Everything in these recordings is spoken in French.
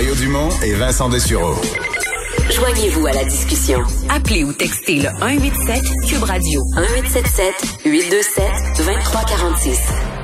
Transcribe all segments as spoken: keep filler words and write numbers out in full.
Mario Dumont et Vincent Dessureau. Joignez-vous à la discussion. Appelez ou textez le un huit sept Cube Radio un huit sept sept huit deux sept deux trois quatre six.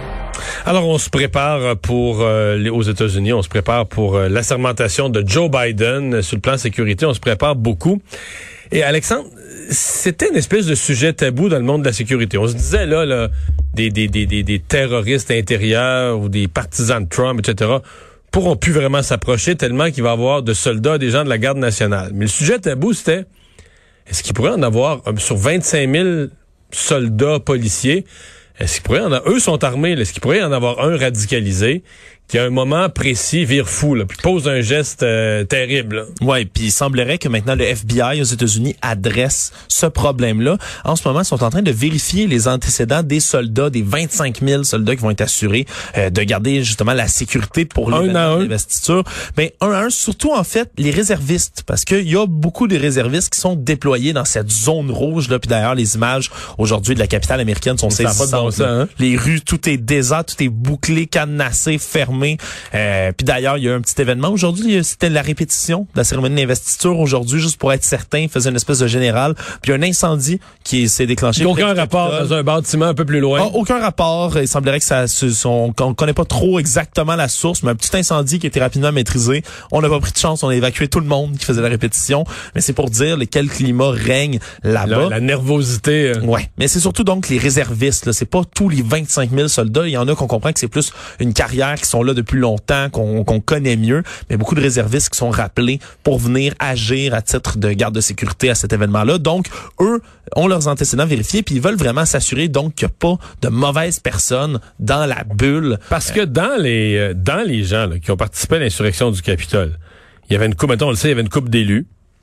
Alors, on se prépare pour, euh, aux États-Unis, on se prépare pour euh, l'assermentation de Joe Biden. Sur le plan sécurité, on se prépare beaucoup. Et Alexandre, c'était une espèce de sujet tabou dans le monde de la sécurité. On se disait, là, là des, des, des, des, des terroristes intérieurs ou des partisans de Trump, et cetera, pourront plus vraiment s'approcher tellement qu'il va y avoir de soldats, des gens de la Garde nationale. Mais le sujet tabou, c'était, est-ce qu'il pourrait en avoir euh, sur vingt-cinq mille soldats policiers? Est-ce qu'il pourrait en avoir, eux sont armés, là, est-ce qu'il pourrait en avoir un radicalisé qui à un moment précis vire fou, là, puis pose un geste euh, terrible. Ouais, puis il semblerait que maintenant le F B I aux États-Unis adresse ce problème-là. En ce moment, ils sont en train de vérifier les antécédents des soldats, des vingt-cinq mille soldats qui vont être assurés euh, de garder justement la sécurité pour l'événement d'investiture. Ben un à un, surtout en fait les réservistes, parce qu'il y a beaucoup de réservistes qui sont déployés dans cette zone rouge là. Puis d'ailleurs, les images aujourd'hui de la capitale américaine sont saisissantes. Bon sens, hein? Les rues, tout est désert, tout est bouclé, cadenassé, fermé. Euh, puis d'ailleurs, il y a un petit événement aujourd'hui, c'était la répétition de la cérémonie d'investiture aujourd'hui, juste pour être certain, il faisait une espèce de général. Puis un incendie qui s'est déclenché. Aucun rapport dans un bâtiment un peu plus loin. Ah, aucun rapport. Il semblerait que ça, on, on connaît pas trop exactement la source, mais un petit incendie qui a été rapidement maîtrisé. On n'a pas pris de chance, on a évacué tout le monde qui faisait la répétition. Mais c'est pour dire quel climat règne là-bas. La, la nervosité. Euh... Ouais. Mais c'est surtout donc les réservistes. Là. C'est pas tous les vingt-cinq mille soldats. Il y en a qu'on comprend que c'est plus une carrière qui sont là depuis longtemps, qu'on, qu'on connaît mieux, mais beaucoup de réservistes qui sont rappelés pour venir agir à titre de garde de sécurité à cet événement-là. Donc, eux ont leurs antécédents vérifiés, puis ils veulent vraiment s'assurer donc qu'il n'y a pas de mauvaises personnes dans la bulle. Parce que dans les euh, dans les gens là, qui ont participé à l'insurrection du Capitole, il y avait une coupe, mettons, on le sait, il y avait une coupe d'élus,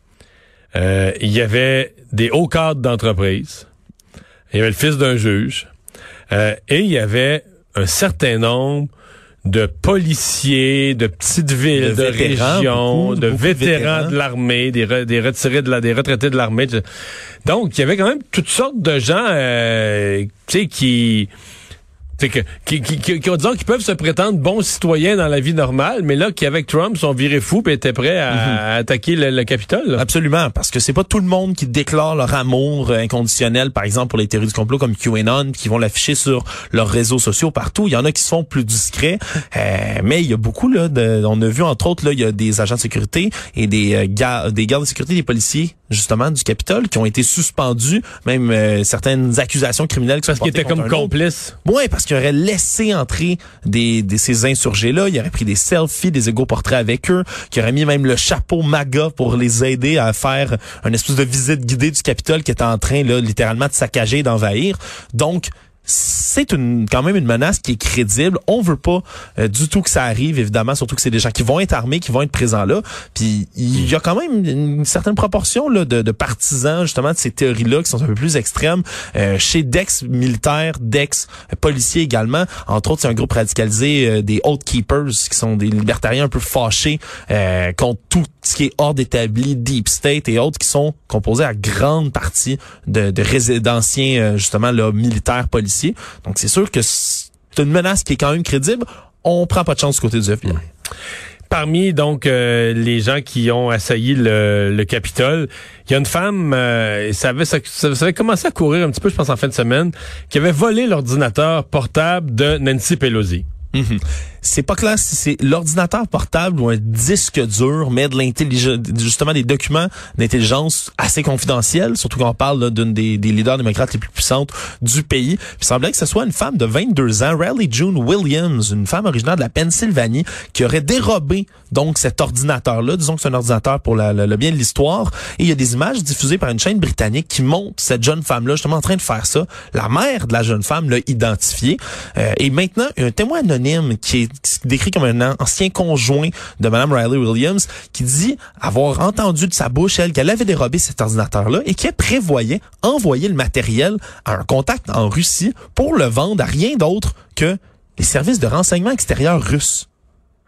euh, il y avait des hauts cadres d'entreprise, il y avait le fils d'un juge, euh, et il y avait un certain nombre de policiers, de petites villes, de, de régions, beaucoup, de beaucoup vétérans, de, vétérans de l'armée, des, re, des retirés de la, des retraités de l'armée. Donc, il y avait quand même toutes sortes de gens, euh, tu sais, qui... C'est que qui qui qui, qui, disons, qui peuvent se prétendre bons citoyens dans la vie normale, mais là qui avec Trump sont virés fous et étaient prêts à, mm-hmm. à attaquer le, le Capitole. Là. Absolument, parce que c'est pas tout le monde qui déclare leur amour inconditionnel, par exemple pour les théories du complot comme QAnon, qui vont l'afficher sur leurs réseaux sociaux partout. Il y en a qui sont plus discrets, euh, mais il y a beaucoup là. De, on a vu entre autres là, il y a des agents de sécurité et des euh, gardes, des gardes de sécurité, des policiers justement du Capitole qui ont été suspendus, même euh, certaines accusations criminelles qui parce sont qu'ils étaient comme complices. Ouais, parce qu'il aurait laissé entrer des, des ces insurgés-là, il aurait pris des selfies, des égo-portraits avec eux, qui aurait mis même le chapeau MAGA pour les aider à faire une espèce de visite guidée du Capitole qui était en train là littéralement de saccager et d'envahir. Donc c'est une quand même une menace qui est crédible. On veut pas euh, du tout que ça arrive, évidemment, surtout que c'est des gens qui vont être armés, qui vont être présents là. Puis il y a quand même une certaine proportion là de, de partisans justement de ces théories-là qui sont un peu plus extrêmes euh, chez d'ex-militaires, d'ex-policiers également. Entre autres, c'est un groupe radicalisé euh, des Oath Keepers qui sont des libertariens un peu fâchés euh, contre tout ce qui est ordre établi, Deep State et autres qui sont composés à grande partie de, de rés- d'anciens euh, justement là militaires policiers. Donc, c'est sûr que c'est une menace qui est quand même crédible. On prend pas de chance du côté du F B I. Mmh. Parmi donc euh, les gens qui ont assailli le, le Capitole, il y a une femme, euh, ça, avait, ça, ça avait commencé à courir un petit peu, je pense, en fin de semaine, qui avait volé l'ordinateur portable de Nancy Pelosi. Mmh. C'est pas clair si c'est l'ordinateur portable ou un disque dur, mais de l'intelligence, justement des documents d'intelligence assez confidentiels, surtout quand on parle là, d'une des, des leaders démocrates les plus puissantes du pays. Puis il semblait que ce soit une femme de vingt-deux ans, Riley June Williams, une femme originaire de la Pennsylvanie, qui aurait dérobé donc cet ordinateur-là. Disons que c'est un ordinateur pour la, la, le bien de l'histoire. Et il y a des images diffusées par une chaîne britannique qui montrent cette jeune femme-là justement en train de faire ça. La mère de la jeune femme l'a identifiée. Euh, et maintenant, un témoin anonyme qui est décrit comme un ancien conjoint de Mme Riley Williams, qui dit avoir entendu de sa bouche, elle, qu'elle avait dérobé cet ordinateur-là et qu'elle prévoyait envoyer le matériel à un contact en Russie pour le vendre à rien d'autre que les services de renseignement extérieur russes.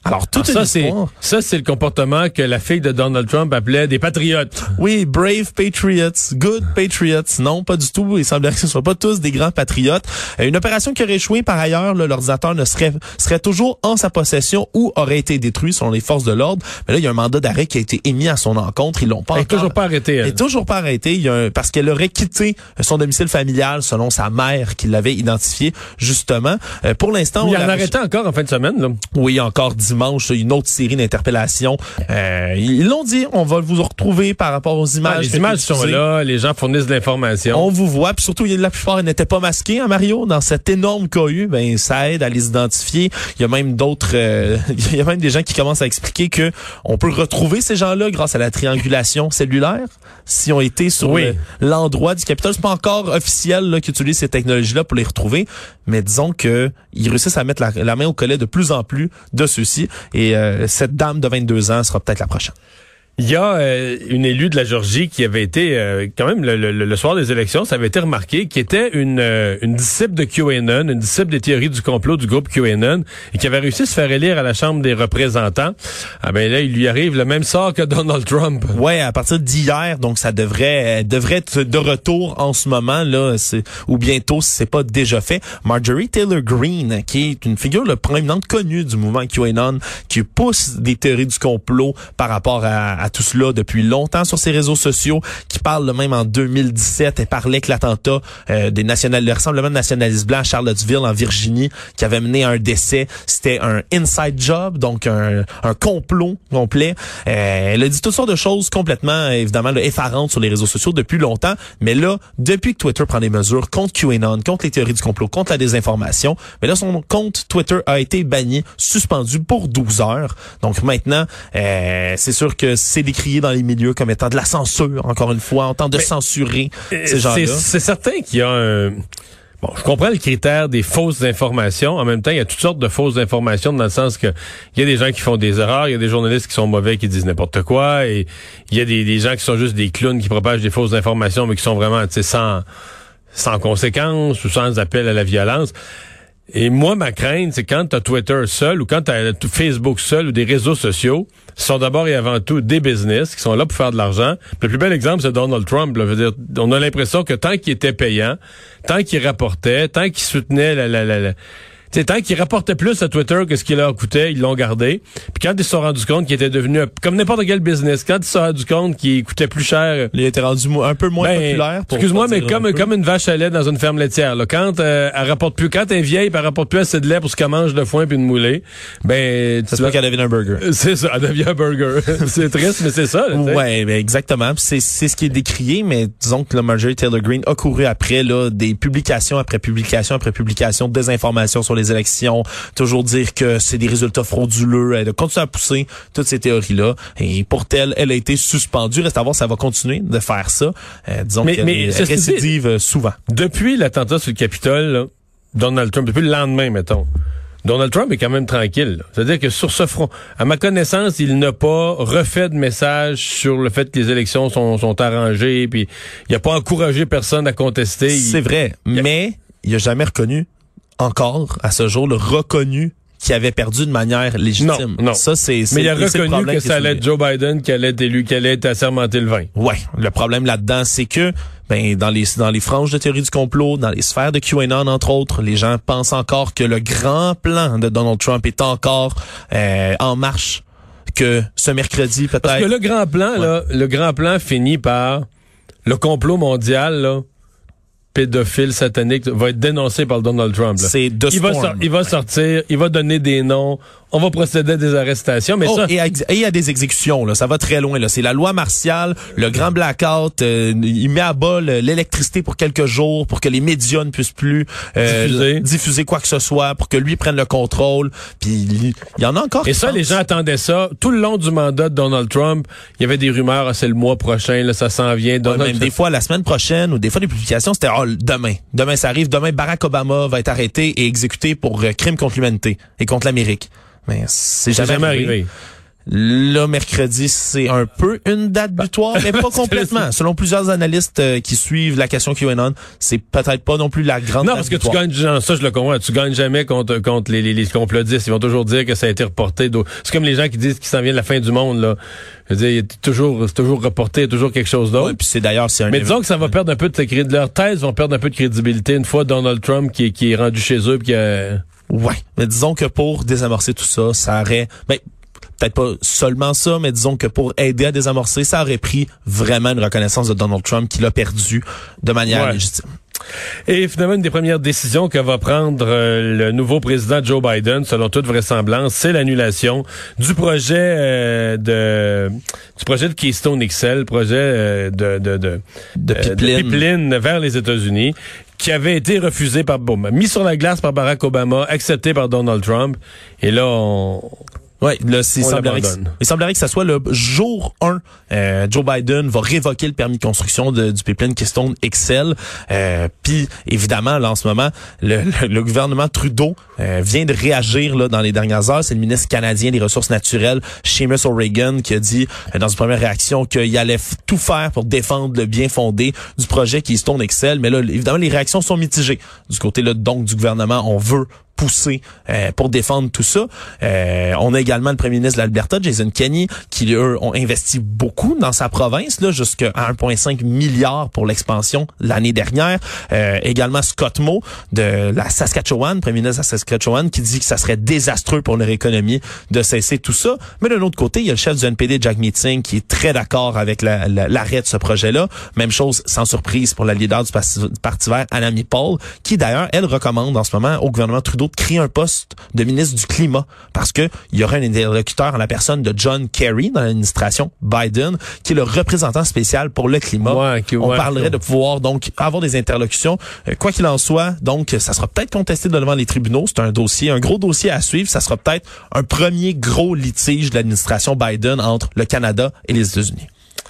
Alors, toute Alors, une ça, histoire. c'est, ça, c'est le comportement que la fille de Donald Trump appelait des patriotes. Oui, brave patriots, good patriots. Non, pas du tout. Il semblerait que ce ne soient pas tous des grands patriotes. Euh, une opération qui aurait échoué par ailleurs, là, l'ordinateur ne serait serait toujours en sa possession ou aurait été détruit selon les forces de l'ordre. Mais là, il y a un mandat d'arrêt qui a été émis à son encontre. Ils l'ont pas Elle est encore. toujours pas arrêtée. Elle Elle est toujours pas arrêtée. Il y a un, parce qu'elle aurait quitté son domicile familial selon sa mère qui l'avait identifié justement. Euh, pour l'instant, Il on en l'a- arrêtait encore en fin de semaine, là. Oui, encore dimanche, une autre série d'interpellations. Euh, ils l'ont dit, on va vous retrouver par rapport aux images. Ah, les qui ont images été sont diffusées. là, les gens fournissent de l'information. On vous voit, puis surtout, la plupart n'étaient pas masqués, hein, Mario, dans cet énorme cohue. Ben, ça aide à les identifier. Il y a même d'autres, euh, il y a même des gens qui commencent à expliquer que on peut retrouver ces gens-là grâce à la triangulation cellulaire. Si on était sur Oui. le- l'endroit du Capitole, c'est pas encore officiel là, qu'ils utilisent ces technologies-là pour les retrouver, mais disons que ils réussissent à mettre la, la main au collet de plus en plus de ceux-ci. Et euh, cette dame de vingt-deux ans sera peut-être la prochaine. Il y a euh, une élue de la Georgie qui avait été, euh, quand même, le, le, le soir des élections, ça avait été remarqué, qui était une, euh, une disciple de QAnon, une disciple des théories du complot du groupe QAnon, et qui avait réussi à se faire élire à la Chambre des représentants. Ah ben là, il lui arrive le même sort que Donald Trump. Ouais, à partir d'hier, donc ça devrait euh, devrait être de retour en ce moment là, c'est, ou bientôt si c'est pas déjà fait. Marjorie Taylor Greene, qui est une figure le proéminente connue du mouvement QAnon, qui pousse des théories du complot par rapport à, à tout cela depuis longtemps sur ses réseaux sociaux, qui parle là, même en deux mille dix-sept, elle parlait que l'attentat euh, des national, le rassemblement de nationalistes blancs à Charlottesville en Virginie, qui avait mené à un décès, c'était un inside job, donc un, un complot complet. Euh, elle a dit toutes sortes de choses complètement, évidemment, là, effarantes sur les réseaux sociaux depuis longtemps, mais là, depuis que Twitter prend des mesures contre QAnon, contre les théories du complot, contre la désinformation, mais là, son compte Twitter a été banni, suspendu pour douze heures. Donc maintenant, euh, c'est sûr que c'est décrié dans les milieux comme étant de la censure, encore une fois, on tente de Mais, censurer euh, ces gens-là. C'est, c'est certain qu'il y a un... Bon, je comprends le critère des fausses informations. En même temps, il y a toutes sortes de fausses informations dans le sens que il y a des gens qui font des erreurs, il y a des journalistes qui sont mauvais, qui disent n'importe quoi, et il y a des, des gens qui sont juste des clowns qui propagent des fausses informations, mais qui sont vraiment, tu sais, sans, sans conséquences ou sans appel à la violence. Et moi, ma crainte, c'est quand tu as Twitter seul ou quand tu as Facebook seul ou des réseaux sociaux, ce sont d'abord et avant tout des business qui sont là pour faire de l'argent. Puis le plus bel exemple, c'est Donald Trump. Là. Je veux dire, on a l'impression que tant qu'il était payant, tant qu'il rapportait, tant qu'il soutenait la... la, la, la T'sais, tant qu'il rapportait plus à Twitter que ce qu'il leur coûtait, ils l'ont gardé. Puis quand ils se sont rendus compte qu'il était devenu comme n'importe quel business, quand ils se sont rendus compte qu'il coûtait plus cher, Il a été rendu mo- un peu moins ben, populaire. pour excuse-moi, pas mais dire comme un peu. comme une vache à lait dans une ferme laitière. Là, quand euh, elle rapporte plus, quand elle est vieille, puis elle rapporte plus assez de lait pour ce qu'elle mange de foin puis de moulée, ben Ça se tu peut vas- qu'elle devienne un burger. c'est ça, elle devient un burger. C'est triste, mais c'est ça. Là, t'sais. Ouais, ben exactement. Puis C'est c'est ce qui est décrié, mais disons que la Marjorie Taylor Greene a couru après là des publications après publications après publications de désinformation sur les élections, toujours dire que c'est des résultats frauduleux, elle a continué à pousser toutes ces théories-là. Et pour elle, elle a été suspendue. Reste à voir si ça va continuer de faire ça. Euh, disons Mais- qu'elle mais est ceci dit- récidive euh, souvent. Depuis l'attentat sur le Capitole, là, Donald Trump, depuis le lendemain, mettons, Donald Trump est quand même tranquille. là. C'est-à-dire que sur ce front, à ma connaissance, il n'a pas refait de message sur le fait que les élections sont, sont arrangées, puis il n'a pas encouragé personne à contester. Il- C'est vrai, il- mais il a jamais reconnu, encore à ce jour, le reconnu qu'il avait perdu de manière légitime. Non, non. Ça, c'est, c'est Mais il a c'est le reconnu problème que qui est ça allait soulevé. être Joe Biden qui allait être élu, qui allait être assermenté le vingt. Ouais, le problème là-dedans, c'est que ben dans les dans les franges de théorie du complot, dans les sphères de QAnon entre autres, les gens pensent encore que le grand plan de Donald Trump est encore euh, en marche, que ce mercredi peut-être. Parce que le grand plan, là, le grand plan finit par le complot mondial, là, pédophile satanique, va être dénoncé par Donald Trump. Là. C'est de il va, Storm. sor- il va sortir, il va donner des noms, on va procéder à des arrestations, mais Oh, ça... et, à, et à des exécutions, là, ça va très loin. Là, c'est la loi martiale, le grand blackout. Euh, il met à bas le- l'électricité pour quelques jours, pour que les médias ne puissent plus euh, Diffuser. diffuser quoi que ce soit, pour que lui prenne le contrôle. Puis il il y en a encore. Et qui ça, les pensent. gens attendaient ça. Tout le long du mandat de Donald Trump, il y avait des rumeurs, ah, c'est le mois prochain, là, ça s'en vient. Ouais, Donald même des fois la semaine prochaine ou des fois des publications, c'était oh, demain. Demain ça arrive. Demain Barack Obama va être arrêté et exécuté pour euh, crime contre l'humanité et contre l'Amérique. Mais c'est C'est jamais, jamais arrivé. arrivé. Là, mercredi, c'est un peu une date butoir, mais pas complètement. Selon plusieurs analystes euh, qui suivent la question QAnon, c'est peut-être pas non plus la grande Non, date parce que butoir. tu gagnes, genre, ça je le comprends, tu gagnes jamais contre contre les, les, les complotistes. Ils vont toujours dire que ça a été reporté. C'est comme les gens qui disent qu'il s'en vient de la fin du monde, là. Je veux dire, il est toujours, c'est toujours reporté, il y a toujours quelque chose d'autre. Ouais, puis c'est d'ailleurs, c'est un Mais disons que ça va perdre un peu de sa crédibilité. Leur thèse vont perdre un peu de crédibilité une fois Donald Trump qui est, qui est rendu chez eux puis qui a... Ouais, mais disons que pour désamorcer tout ça, ça aurait... Ben, peut-être pas seulement ça, mais disons que pour aider à désamorcer, ça aurait pris vraiment une reconnaissance de Donald Trump qu'il a perdu de manière ouais. légitime. Et finalement, une des premières décisions que va prendre euh, le nouveau président Joe Biden, selon toute vraisemblance, c'est l'annulation du projet euh, de du projet de Keystone X L, projet euh, de de de, de, euh, pipeline. de pipeline vers les États-Unis, qui avait été refusé par bon, mis sur la glace par Barack Obama, accepté par Donald Trump, et là on Oui, là, il semblerait, que, il semblerait que ça soit le jour un. Euh, Joe Biden va révoquer le permis de construction de, du pipeline Keystone X L. Euh, Puis, évidemment, là, en ce moment, le, le, le gouvernement Trudeau euh, vient de réagir là dans les dernières heures. C'est le ministre canadien des Ressources naturelles, Seamus O'Regan, qui a dit, euh, dans une première réaction, qu'il allait f- tout faire pour défendre le bien fondé du projet Keystone X L. Mais là, évidemment, les réactions sont mitigées. Du côté là, donc, du gouvernement, on veut poussé euh, pour défendre tout ça. Euh, on a également le premier ministre de l'Alberta, Jason Kenney, qui eux ont investi beaucoup dans sa province, là, jusqu'à un virgule cinq milliard pour l'expansion l'année dernière. Euh, également Scott Moe de la Saskatchewan, premier ministre de la Saskatchewan, qui dit que ça serait désastreux pour leur économie de cesser tout ça. Mais de l'autre côté, il y a le chef du N P D, Jack Meeting, qui est très d'accord avec la, la, l'arrêt de ce projet-là. Même chose, sans surprise, pour la leader du Parti vert, Annamie Paul, qui d'ailleurs, elle recommande en ce moment au gouvernement Trudeau de créer un poste de ministre du Climat parce que il y aurait un interlocuteur en la personne de John Kerry dans l'administration Biden, qui est le représentant spécial pour le climat. Ouais, okay, On ouais, parlerait ouais. de pouvoir donc avoir des interlocutions. Euh, quoi qu'il en soit, donc ça sera peut-être contesté devant les tribunaux. C'est un dossier, un gros dossier à suivre. Ça sera peut-être un premier gros litige de l'administration Biden entre le Canada et les États-Unis.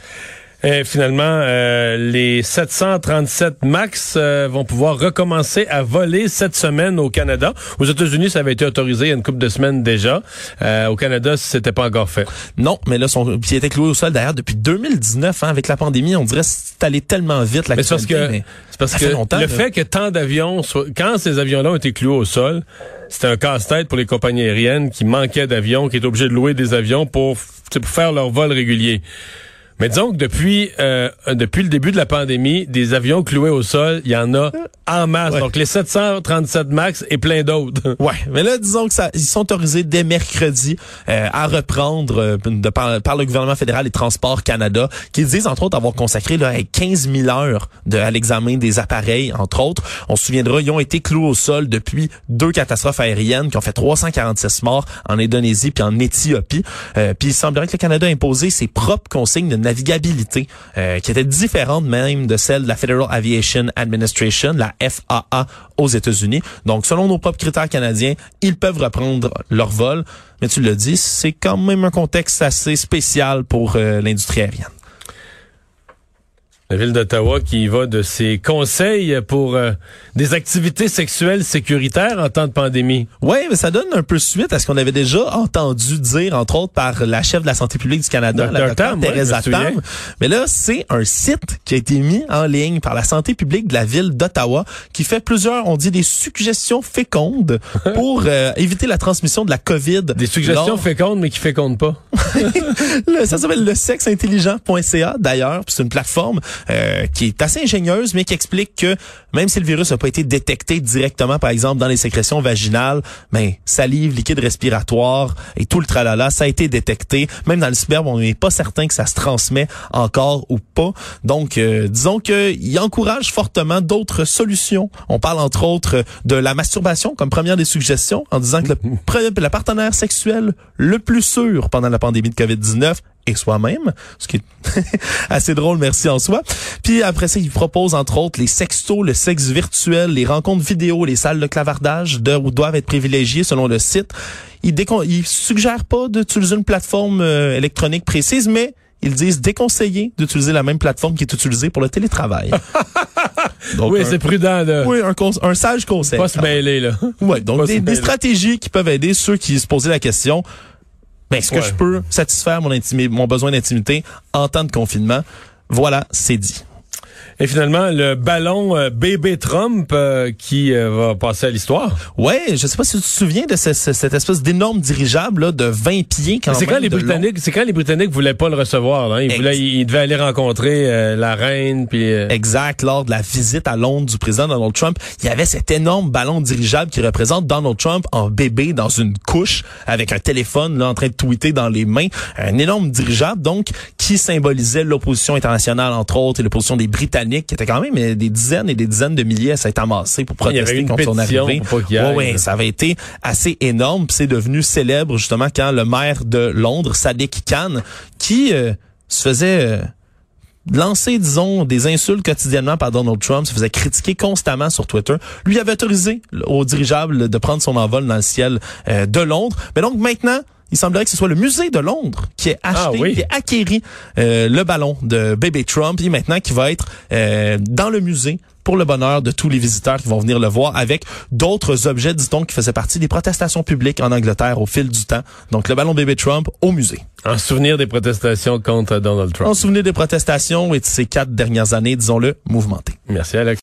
Et finalement, euh, les sept cent trente-sept MAX euh, vont pouvoir recommencer à voler cette semaine au Canada. Aux États-Unis, ça avait été autorisé il y a une couple de semaines déjà. Euh, au Canada, c'était pas encore fait. Non, mais là, son, puis il était cloué au sol d'ailleurs depuis deux mille dix-neuf, hein, avec la pandémie. On dirait que c'est allé tellement vite. Mais c'est parce que, mais c'est parce ça que fait longtemps, le là. fait que tant d'avions, soient, quand ces avions-là ont été cloués au sol, c'était un casse-tête pour les compagnies aériennes qui manquaient d'avions, qui étaient obligés de louer des avions pour, pour faire leur vol régulier. Mais disons que depuis euh, depuis le début de la pandémie, des avions cloués au sol, il y en a en masse. Ouais. Donc les sept cent trente-sept MAX et plein d'autres. Ouais, mais là, disons que ça, ils sont autorisés dès mercredi euh, à reprendre euh, de par, par le gouvernement fédéral et Transport Canada, qui disent entre autres avoir consacré là, quinze mille heures de, à l'examen des appareils, entre autres. On se souviendra, ils ont été cloués au sol depuis deux catastrophes aériennes qui ont fait trois cent quarante-six morts en Indonésie puis en Éthiopie. Euh, puis il semblerait que le Canada a imposé ses propres consignes de navigabilité euh, qui étaient différentes même de celles de la Federal Aviation Administration, la F A A aux États-Unis. Donc, selon nos propres critères canadiens, ils peuvent reprendre leur vol. Mais tu l'as dit, c'est quand même un contexte assez spécial pour euh, l'industrie aérienne. La ville d'Ottawa qui va de ses conseils pour euh, des activités sexuelles sécuritaires en temps de pandémie. Oui, mais ça donne un peu suite à ce qu'on avait déjà entendu dire, entre autres, par la chef de la santé publique du Canada, Docteur la docteure Tam, Thérèse ouais, je me Tam. souviens. Mais là, c'est un site qui a été mis en ligne par la santé publique de la ville d'Ottawa qui fait plusieurs, on dit, des suggestions fécondes pour euh, éviter la transmission de la COVID. Des suggestions lors... fécondes, mais qui fécondent pas. Le, ça s'appelle le sexe intelligent point c a d'ailleurs, puis c'est une plateforme euh, qui est assez ingénieuse, mais qui explique que même si le virus n'a pas été détecté directement, par exemple, dans les sécrétions vaginales, mais salive, liquide respiratoire et tout le tralala, ça a été détecté. Même dans le sperme, on n'est pas certain que ça se transmet encore ou pas. Donc, euh, disons qu'il encourage fortement d'autres solutions. On parle entre autres de la masturbation comme première des suggestions, en disant que le, le partenaire sexuel le plus sûr pendant la pandémie de covid dix-neuf et soi-même, ce qui est assez drôle, merci en soi. Puis après ça, il propose entre autres les sextos, le sexe virtuel, les rencontres vidéo, les salles de clavardage de, où doivent être privilégiées selon le site. Il, décon- il suggère pas d'utiliser une plateforme euh, électronique précise, mais ils disent déconseiller d'utiliser la même plateforme qui est utilisée pour le télétravail. Donc, oui, un, c'est prudent, là. Oui, un, cons- un sage conseil. Pas se mêler, là. Ouais, donc Pas des, se des mêler. stratégies qui peuvent aider ceux qui se posaient la question. Ben, est-ce que Ouais. je peux satisfaire mon, intimi- mon besoin d'intimité en temps de confinement? Voilà, c'est dit. Et finalement, le ballon euh, bébé Trump euh, qui euh, va passer à l'histoire. Ouais, je sais pas si tu te souviens de ce- ce- cette espèce d'énorme dirigeable là, de vingt pieds quand C'est même. quand les de long. Britanniques, c'est quand les Britanniques voulaient pas le recevoir. Là. Ils, Ex- voulaient, ils, ils devaient aller rencontrer euh, la reine. Puis euh, Exact. Lors de la visite à Londres du président Donald Trump, il y avait cet énorme ballon dirigeable qui représente Donald Trump en bébé dans une couche avec un téléphone là, en train de tweeter dans les mains. Un énorme dirigeable, donc, qui symbolisait l'opposition internationale, entre autres, et l'opposition des Britanniques, qui étaient quand même des dizaines et des dizaines de milliers à s'être amassés pour il y avait protester une contre son pétition arrivée. pour pas qu'il y aille. Ouais, ouais, ça avait été assez énorme. Puis c'est devenu célèbre, justement, quand le maire de Londres, Sadiq Khan, qui euh, se faisait... euh, lancer, disons, des insultes quotidiennement par Donald Trump, se faisait critiquer constamment sur Twitter, lui avait autorisé au dirigeable de prendre son envol dans le ciel euh, de Londres. Mais donc maintenant, il semblerait que ce soit le musée de Londres qui ait acheté, Ah oui. qui ait acquéri euh, le ballon de bébé Trump et maintenant qui va être euh, dans le musée pour le bonheur de tous les visiteurs qui vont venir le voir avec d'autres objets, dit-on, qui faisaient partie des protestations publiques en Angleterre au fil du temps. Donc le ballon bébé Trump au musée. en souvenir des protestations contre Donald Trump. En souvenir des protestations et de ces quatre dernières années, disons-le, mouvementées. Merci Alex.